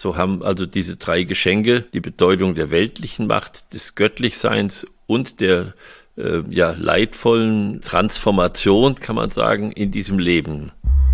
So haben also diese drei Geschenke die Bedeutung der weltlichen Macht, des Göttlichseins und der leidvollen Transformation, kann man sagen, in diesem Leben.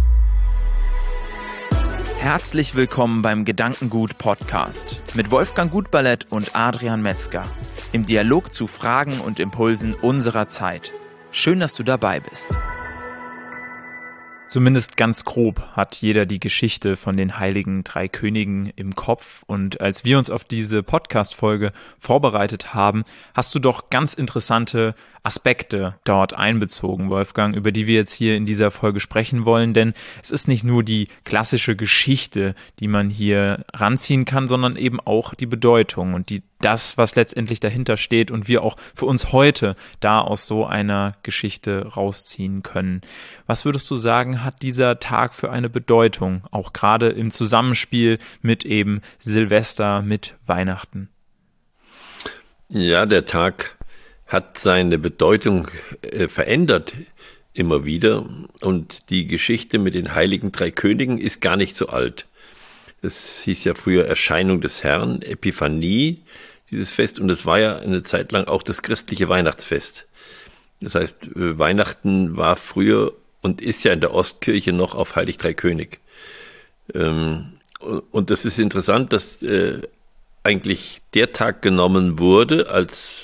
Herzlich willkommen beim Gedankengut-Podcast mit Wolfgang Gutballett und Adrian Metzger im Dialog zu Fragen und Impulsen unserer Zeit. Schön, dass du dabei bist. Zumindest ganz grob hat jeder die Geschichte von den heiligen drei Königen im Kopf. Und als wir uns auf diese Podcast-Folge vorbereitet haben, hast du doch ganz interessante Aspekte dort einbezogen, Wolfgang, über die wir jetzt hier in dieser Folge sprechen wollen. Denn es ist nicht nur die klassische Geschichte, die man hier ranziehen kann, sondern eben auch die Bedeutung und das, was letztendlich dahinter steht und wir auch für uns heute da aus so einer Geschichte rausziehen können. Was würdest du sagen, hat dieser Tag für eine Bedeutung, auch gerade im Zusammenspiel mit eben Silvester, mit Weihnachten? Ja, der Tag hat seine Bedeutung verändert immer wieder und die Geschichte mit den heiligen drei Königen ist gar nicht so alt. Es hieß ja früher Erscheinung des Herrn, Epiphanie, dieses Fest, und es war ja eine Zeit lang auch das christliche Weihnachtsfest. Das heißt, Weihnachten war früher und ist ja in der Ostkirche noch auf Heilig Drei König. Und das ist interessant, dass eigentlich der Tag genommen wurde als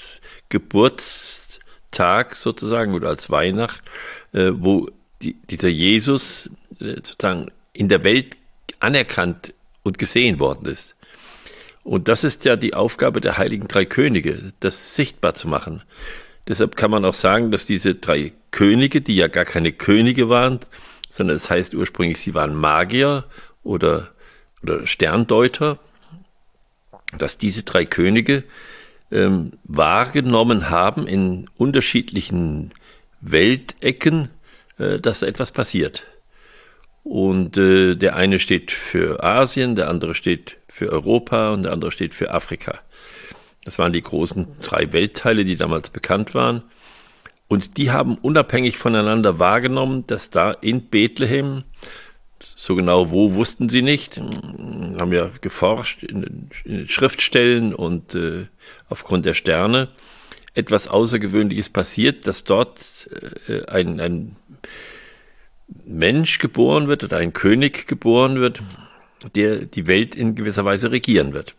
Geburtstag sozusagen oder als Weihnacht, wo dieser Jesus sozusagen in der Welt anerkannt und gesehen worden ist. Und das ist ja die Aufgabe der heiligen drei Könige, das sichtbar zu machen. Deshalb kann man auch sagen, dass diese drei Könige, die ja gar keine Könige waren, sondern es heißt ursprünglich, sie waren Magier oder Sterndeuter, dass diese drei Könige wahrgenommen haben in unterschiedlichen Weltecken, dass da etwas passiert. Und der eine steht für Asien, der andere steht für Europa und der andere steht für Afrika. Das waren die großen drei Weltteile, die damals bekannt waren. Und die haben unabhängig voneinander wahrgenommen, dass da in Bethlehem, so genau wo wussten sie nicht, haben ja geforscht in den Schriftstellen und aufgrund der Sterne, etwas Außergewöhnliches passiert, dass dort ein Mensch geboren wird oder ein König geboren wird, der die Welt in gewisser Weise regieren wird.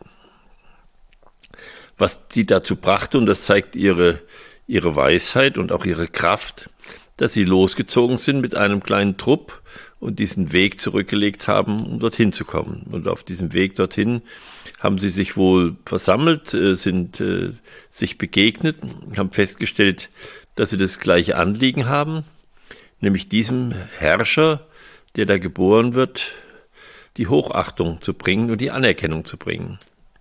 Was sie dazu brachte, und das zeigt ihre Weisheit und auch ihre Kraft, dass sie losgezogen sind mit einem kleinen Trupp und diesen Weg zurückgelegt haben, um dorthin zu kommen. Und auf diesem Weg dorthin haben sie sich wohl versammelt, sind sich begegnet, haben festgestellt, dass sie das gleiche Anliegen haben, nämlich diesem Herrscher, der da geboren wird, die Hochachtung zu bringen und die Anerkennung zu bringen.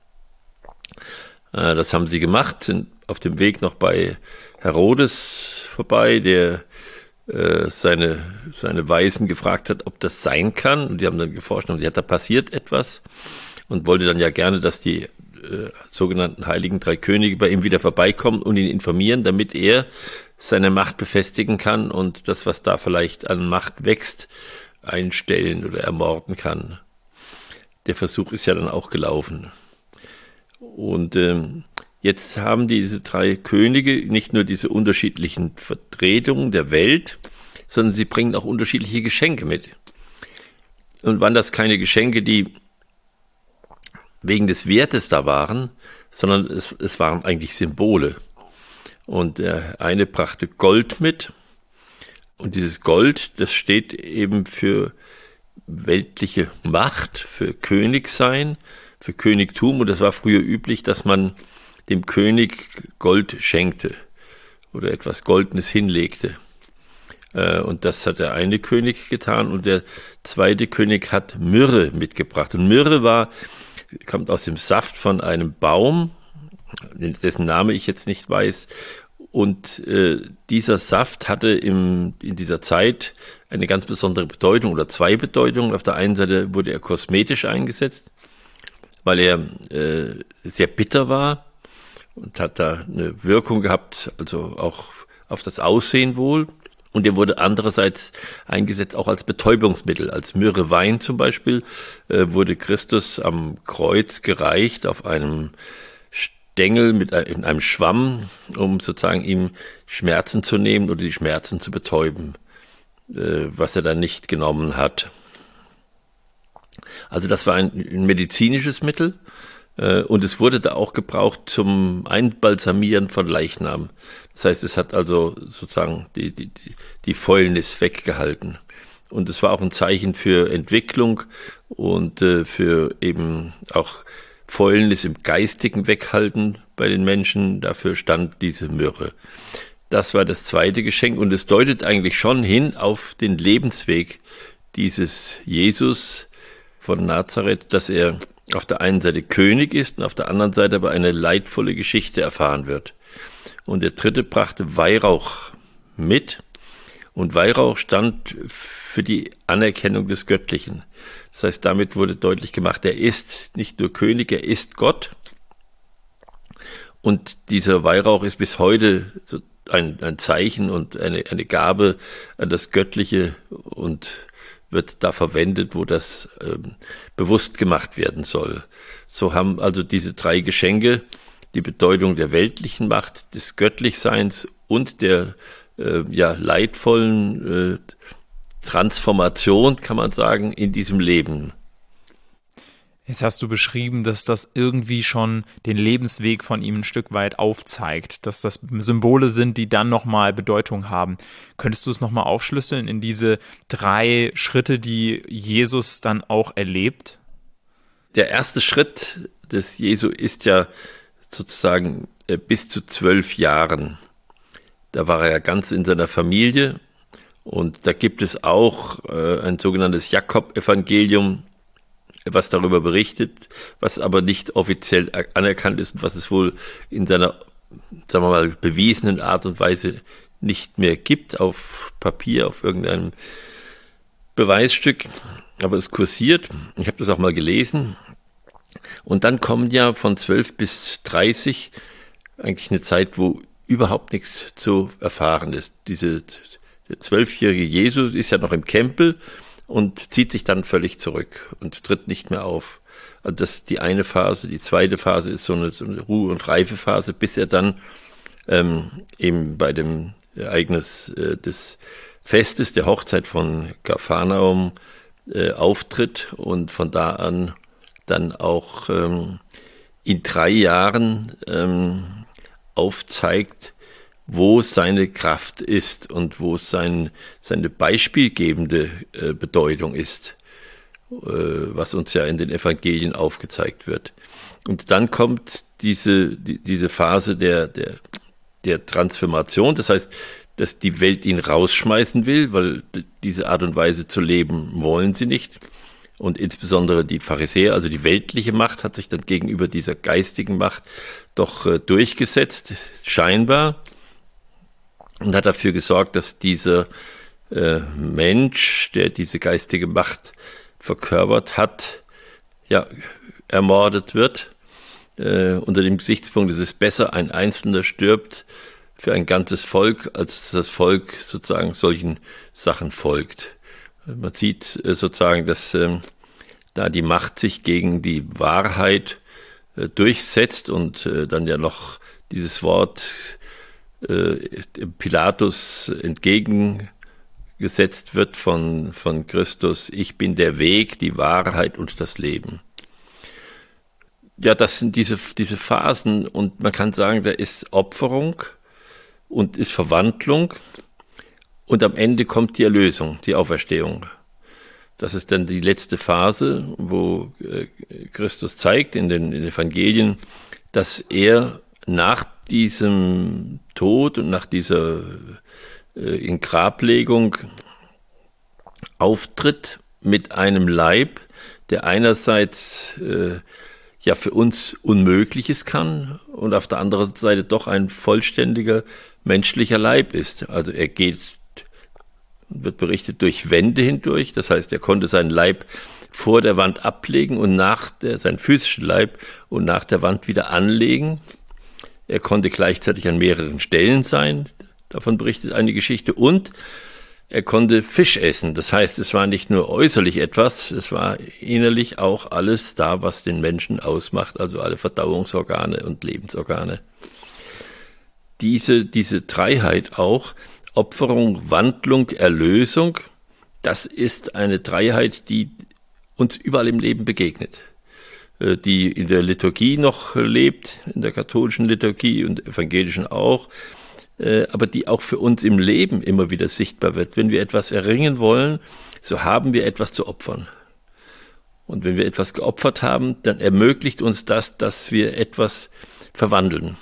Das haben sie gemacht, sind auf dem Weg noch bei Herodes vorbei, der seine Weisen gefragt hat, ob das sein kann. Und die haben dann geforscht und da passiert etwas und wollte dann ja gerne, dass die sogenannten heiligen drei Könige bei ihm wieder vorbeikommen und ihn informieren, damit er seine Macht befestigen kann und das, was da vielleicht an Macht wächst, einstellen oder ermorden kann. Der Versuch ist ja dann auch gelaufen. Und jetzt haben diese drei Könige nicht nur diese unterschiedlichen Vertretungen der Welt, sondern sie bringen auch unterschiedliche Geschenke mit. Und waren das keine Geschenke, die wegen des Wertes da waren, sondern es waren eigentlich Symbole. Und der eine brachte Gold mit. Und dieses Gold, das steht eben für weltliche Macht, für Königsein, für Königtum. Und das war früher üblich, dass man dem König Gold schenkte oder etwas Goldenes hinlegte. Und das hat der eine König getan und der zweite König hat Myrrhe mitgebracht. Und Myrrhe kommt aus dem Saft von einem Baum, dessen Name ich jetzt nicht weiß. Und dieser Saft hatte in dieser Zeit eine ganz besondere Bedeutung oder zwei Bedeutungen. Auf der einen Seite wurde er kosmetisch eingesetzt, weil er sehr bitter war und hat da eine Wirkung gehabt, also auch auf das Aussehen wohl. Und der wurde andererseits eingesetzt auch als Betäubungsmittel, als Myrrhewein zum Beispiel, wurde Christus am Kreuz gereicht auf einem Stängel in einem Schwamm, um sozusagen ihm Schmerzen zu nehmen oder die Schmerzen zu betäuben, was er dann nicht genommen hat. Also das war ein medizinisches Mittel. Und es wurde da auch gebraucht zum Einbalsamieren von Leichnamen. Das heißt, es hat also sozusagen die Fäulnis weggehalten. Und es war auch ein Zeichen für Entwicklung und für eben auch Fäulnis im geistigen Weghalten bei den Menschen. Dafür stand diese Myrrhe. Das war das zweite Geschenk und es deutet eigentlich schon hin auf den Lebensweg dieses Jesus von Nazareth, dass er auf der einen Seite König ist und auf der anderen Seite aber eine leidvolle Geschichte erfahren wird. Und der dritte brachte Weihrauch mit und Weihrauch stand für die Anerkennung des Göttlichen. Das heißt, damit wurde deutlich gemacht, er ist nicht nur König, er ist Gott. Und dieser Weihrauch ist bis heute so ein Zeichen und eine Gabe an das Göttliche und wird da verwendet, wo das bewusst gemacht werden soll. So haben also diese drei Geschenke die Bedeutung der weltlichen Macht, des Göttlichseins und der leidvollen Transformation, kann man sagen, in diesem Leben. Jetzt hast du beschrieben, dass das irgendwie schon den Lebensweg von ihm ein Stück weit aufzeigt, dass das Symbole sind, die dann nochmal Bedeutung haben. Könntest du es nochmal aufschlüsseln in diese 3 Schritte, die Jesus dann auch erlebt? Der erste Schritt des Jesu ist ja sozusagen bis zu 12 Jahren. Da war er ja ganz in seiner Familie und da gibt es auch ein sogenanntes Jakob-Evangelium, was darüber berichtet, was aber nicht offiziell anerkannt ist und was es wohl in seiner, sagen wir mal, bewiesenen Art und Weise nicht mehr gibt, auf Papier, auf irgendeinem Beweisstück, aber es kursiert. Ich habe das auch mal gelesen. Und dann kommt ja von 12 bis 30 eigentlich eine Zeit, wo überhaupt nichts zu erfahren ist. Der 12-jährige Jesus ist ja noch im Tempel und zieht sich dann völlig zurück und tritt nicht mehr auf. Also das ist die eine Phase. Die zweite Phase ist so eine Ruhe- und Reifephase, bis er dann eben bei dem Ereignis des Festes, der Hochzeit von Kapharnaum auftritt und von da an dann auch in 3 Jahren aufzeigt, wo seine Kraft ist und wo seine beispielgebende Bedeutung ist, was uns ja in den Evangelien aufgezeigt wird. Und dann kommt diese Phase der Transformation, das heißt, dass die Welt ihn rausschmeißen will, weil diese Art und Weise zu leben wollen sie nicht. Und insbesondere die Pharisäer, also die weltliche Macht, hat sich dann gegenüber dieser geistigen Macht doch durchgesetzt, scheinbar. Und hat dafür gesorgt, dass dieser Mensch, der diese geistige Macht verkörpert hat, ja, ermordet wird. Unter dem Gesichtspunkt, es ist besser, ein Einzelner stirbt für ein ganzes Volk, als das Volk sozusagen solchen Sachen folgt. Man sieht sozusagen, dass da die Macht sich gegen die Wahrheit durchsetzt und dann ja noch dieses Wort Pilatus entgegengesetzt wird von Christus: Ich bin der Weg, die Wahrheit und das Leben. Ja, das sind diese Phasen und man kann sagen, da ist Opferung und ist Verwandlung und am Ende kommt die Erlösung, die Auferstehung. Das ist dann die letzte Phase, wo Christus zeigt in den Evangelien, dass er nach diesem Tod und nach dieser Ingrablegung auftritt mit einem Leib, der einerseits ja für uns Unmögliches kann und auf der anderen Seite doch ein vollständiger menschlicher Leib ist. Also er wird berichtet, durch Wände hindurch, das heißt, er konnte seinen Leib vor der Wand ablegen und seinen physischen Leib und nach der Wand wieder anlegen. Er konnte gleichzeitig an mehreren Stellen sein, Davon berichtet eine Geschichte. Und er konnte Fisch essen. Das heißt, es war nicht nur äußerlich etwas, es war innerlich auch alles da, was den Menschen ausmacht, also alle Verdauungsorgane und Lebensorgane. Diese Dreiheit auch, Opferung, Wandlung, Erlösung, das ist eine Dreiheit, die uns überall im Leben begegnet. Die in der Liturgie noch lebt, in der katholischen Liturgie und evangelischen auch, aber die auch für uns im Leben immer wieder sichtbar wird. Wenn wir etwas erringen wollen, so haben wir etwas zu opfern. Und wenn wir etwas geopfert haben, dann ermöglicht uns das, dass wir etwas verwandeln.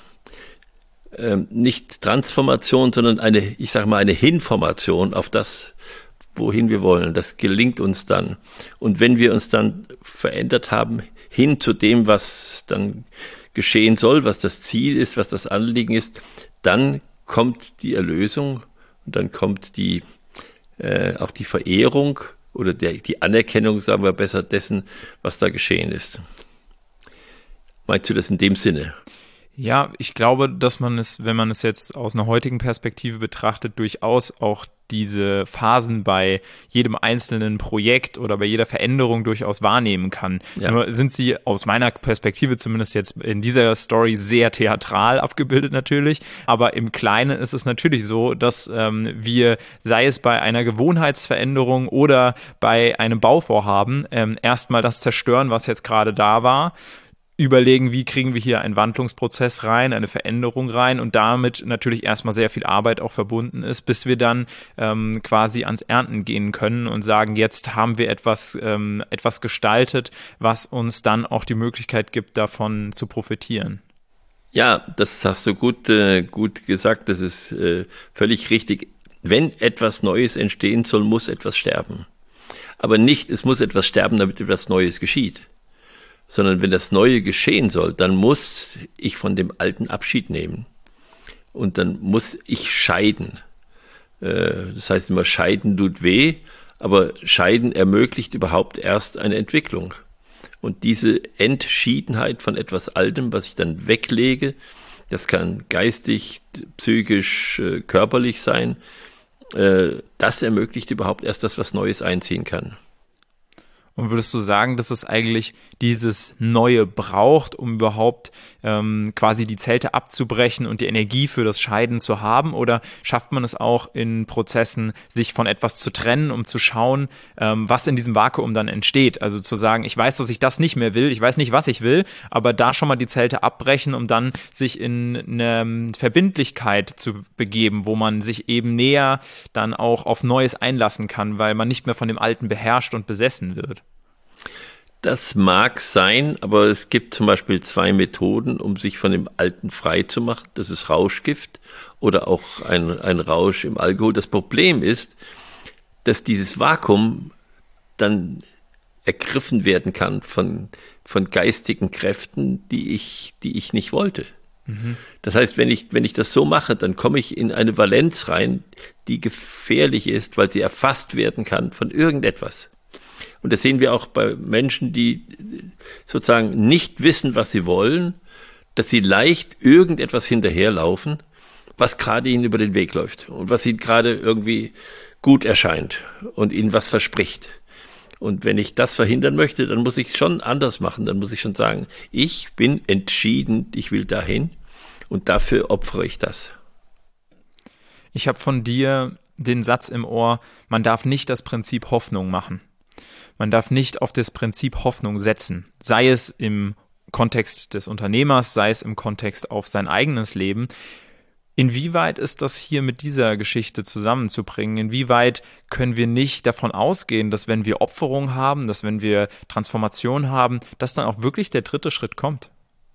Nicht Transformation, sondern eine Hinformation auf das, wohin wir wollen. Das gelingt uns dann. Und wenn wir uns dann verändert haben, hin zu dem, was dann geschehen soll, was das Ziel ist, was das Anliegen ist, dann kommt die Erlösung und dann kommt auch die Verehrung oder die Anerkennung, sagen wir besser, dessen, was da geschehen ist. Meinst du das in dem Sinne? Ja, ich glaube, dass man es, wenn man es jetzt aus einer heutigen Perspektive betrachtet, durchaus auch diese Phasen bei jedem einzelnen Projekt oder bei jeder Veränderung durchaus wahrnehmen kann. Ja. Nur sind sie aus meiner Perspektive zumindest jetzt in dieser Story sehr theatral abgebildet natürlich, aber im Kleinen ist es natürlich so, dass wir, sei es bei einer Gewohnheitsveränderung oder bei einem Bauvorhaben, erstmal das zerstören, was jetzt gerade da war, überlegen, wie kriegen wir hier einen Wandlungsprozess rein, eine Veränderung rein und damit natürlich erstmal sehr viel Arbeit auch verbunden ist, bis wir dann quasi ans Ernten gehen können und sagen, jetzt haben wir etwas gestaltet, was uns dann auch die Möglichkeit gibt, davon zu profitieren. Ja, das hast du gut gesagt, das ist völlig richtig. Wenn etwas Neues entstehen soll, muss etwas sterben. Aber nicht, es muss etwas sterben, damit etwas Neues geschieht. Sondern wenn das Neue geschehen soll, dann muss ich von dem Alten Abschied nehmen. Und dann muss ich scheiden. Das heißt immer, scheiden tut weh, aber scheiden ermöglicht überhaupt erst eine Entwicklung. Und diese Entschiedenheit von etwas Altem, was ich dann weglege, das kann geistig, psychisch, körperlich sein, das ermöglicht überhaupt erst, dass was Neues einziehen kann. Und würdest du sagen, dass es eigentlich dieses Neue braucht, um überhaupt quasi die Zelte abzubrechen und die Energie für das Scheiden zu haben? Oder schafft man es auch in Prozessen, sich von etwas zu trennen, um zu schauen, was in diesem Vakuum dann entsteht? Also zu sagen, ich weiß, dass ich das nicht mehr will, ich weiß nicht, was ich will, aber da schon mal die Zelte abbrechen, um dann sich in eine Verbindlichkeit zu begeben, wo man sich eben näher dann auch auf Neues einlassen kann, weil man nicht mehr von dem Alten beherrscht und besessen wird. Das mag sein, aber es gibt zum Beispiel 2 Methoden, um sich von dem Alten frei zu machen. Das ist Rauschgift oder auch ein Rausch im Alkohol. Das Problem ist, dass dieses Vakuum dann ergriffen werden kann von geistigen Kräften, die ich nicht wollte. Mhm. Das heißt, wenn ich das so mache, dann komme ich in eine Valenz rein, die gefährlich ist, weil sie erfasst werden kann von irgendetwas. Und das sehen wir auch bei Menschen, die sozusagen nicht wissen, was sie wollen, dass sie leicht irgendetwas hinterherlaufen, was gerade ihnen über den Weg läuft und was ihnen gerade irgendwie gut erscheint und ihnen was verspricht. Und wenn ich das verhindern möchte, dann muss ich es schon anders machen. Dann muss ich schon sagen, ich bin entschieden, ich will dahin und dafür opfere ich das. Ich habe von dir den Satz im Ohr, man darf nicht das Prinzip Hoffnung machen. Man darf nicht auf das Prinzip Hoffnung setzen, sei es im Kontext des Unternehmers, sei es im Kontext auf sein eigenes Leben. Inwieweit ist das hier mit dieser Geschichte zusammenzubringen? Inwieweit können wir nicht davon ausgehen, dass wenn wir Opferung haben, dass wenn wir Transformation haben, dass dann auch wirklich der 3. Schritt kommt?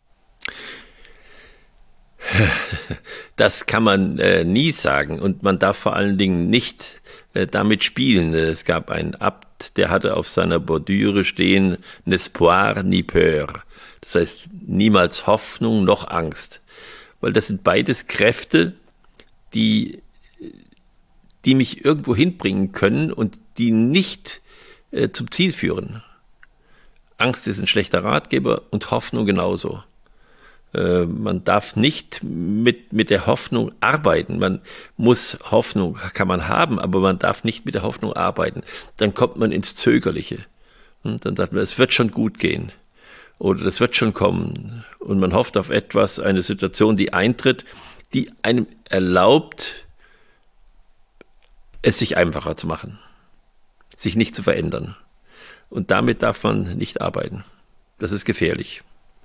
Das kann man nie sagen und man darf vor allen Dingen nicht damit spielen. Es gab einen Abt, der hatte auf seiner Bordüre stehen, n'espoir ni peur. Das heißt, niemals Hoffnung noch Angst. Weil das sind beides Kräfte, die mich irgendwo hinbringen können und die nicht zum Ziel führen. Angst ist ein schlechter Ratgeber und Hoffnung genauso. Man darf nicht mit der Hoffnung arbeiten. Hoffnung kann man haben, aber man darf nicht mit der Hoffnung arbeiten. Dann kommt man ins Zögerliche. Und dann sagt man, es wird schon gut gehen. Oder das wird schon kommen. Und man hofft auf etwas, eine Situation, die eintritt, die einem erlaubt, es sich einfacher zu machen, sich nicht zu verändern. Und damit darf man nicht arbeiten. Das ist gefährlich.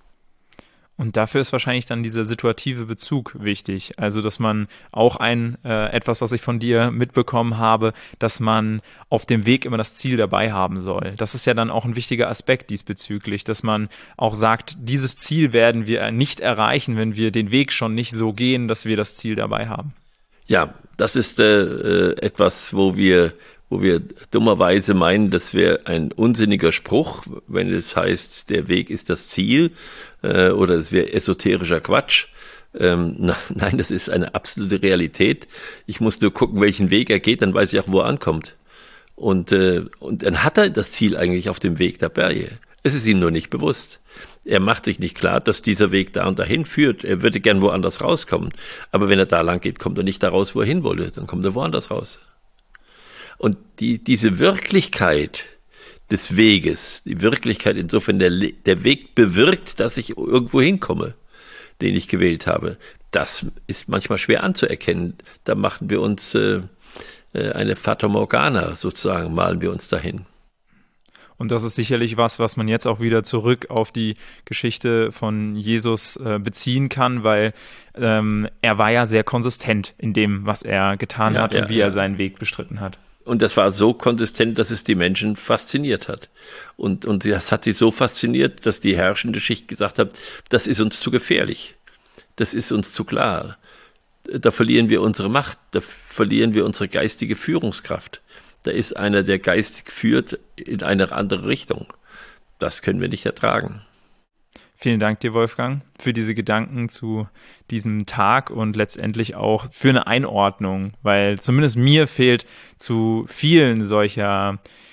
Und dafür ist wahrscheinlich dann dieser situative Bezug wichtig. Also, dass man auch etwas, was ich von dir mitbekommen habe, dass man auf dem Weg immer das Ziel dabei haben soll. Das ist ja dann auch ein wichtiger Aspekt diesbezüglich, dass man auch sagt, dieses Ziel werden wir nicht erreichen, wenn wir den Weg schon nicht so gehen, dass wir das Ziel dabei haben. Ja, das ist etwas, wo wir dummerweise meinen, das wäre ein unsinniger Spruch, wenn es heißt, der Weg ist das Ziel, oder es wäre esoterischer Quatsch. Nein, das ist eine absolute Realität. Ich muss nur gucken, welchen Weg er geht, dann weiß ich auch, wo er ankommt. Und dann hat er das Ziel eigentlich auf dem Weg dabei. Es ist ihm nur nicht bewusst. Er macht sich nicht klar, dass dieser Weg da und dahin führt. Er würde gern woanders rauskommen. Aber wenn er da lang geht, kommt er nicht da raus, wo er hin wollte. Dann kommt er woanders raus. Und diese Wirklichkeit des Weges, die Wirklichkeit insofern, der Weg bewirkt, dass ich irgendwo hinkomme, den ich gewählt habe, das ist manchmal schwer anzuerkennen. Da machen wir uns eine Fata Morgana sozusagen, malen wir uns dahin. Und das ist sicherlich was man jetzt auch wieder zurück auf die Geschichte von Jesus beziehen kann, weil er war ja sehr konsistent in dem, was er getan hat und wie er seinen Weg bestritten hat. Und das war so konsistent, dass es die Menschen fasziniert hat. Und das hat sie so fasziniert, dass die herrschende Schicht gesagt hat, das ist uns zu gefährlich. Das ist uns zu klar. Da verlieren wir unsere Macht, da verlieren wir unsere geistige Führungskraft. Da ist einer, der geistig führt in eine andere Richtung. Das können wir nicht ertragen. Vielen Dank dir, Wolfgang, für diese Gedanken zu diesem Tag und letztendlich auch für eine Einordnung, weil zumindest mir fehlt zu vielen solcher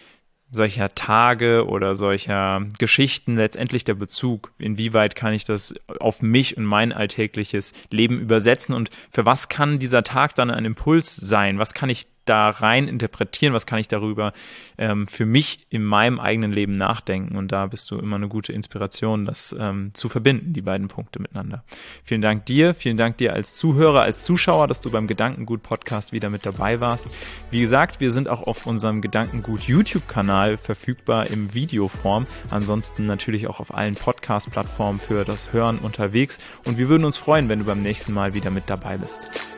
Tage oder solcher Geschichten letztendlich der Bezug. Inwieweit kann ich das auf mich und mein alltägliches Leben übersetzen und für was kann dieser Tag dann ein Impuls sein? Was kann ich da rein interpretieren? Was kann ich darüber für mich in meinem eigenen Leben nachdenken? Und da bist du immer eine gute Inspiration, das zu verbinden, die beiden Punkte miteinander. Vielen Dank dir als Zuhörer, als Zuschauer, dass du beim Gedankengut-Podcast wieder mit dabei warst. Wie gesagt, wir sind auch auf unserem Gedankengut-YouTube-Kanal verfügbar im Videoform. Ansonsten natürlich auch auf allen Podcast-Plattformen für das Hören unterwegs. Und wir würden uns freuen, wenn du beim nächsten Mal wieder mit dabei bist.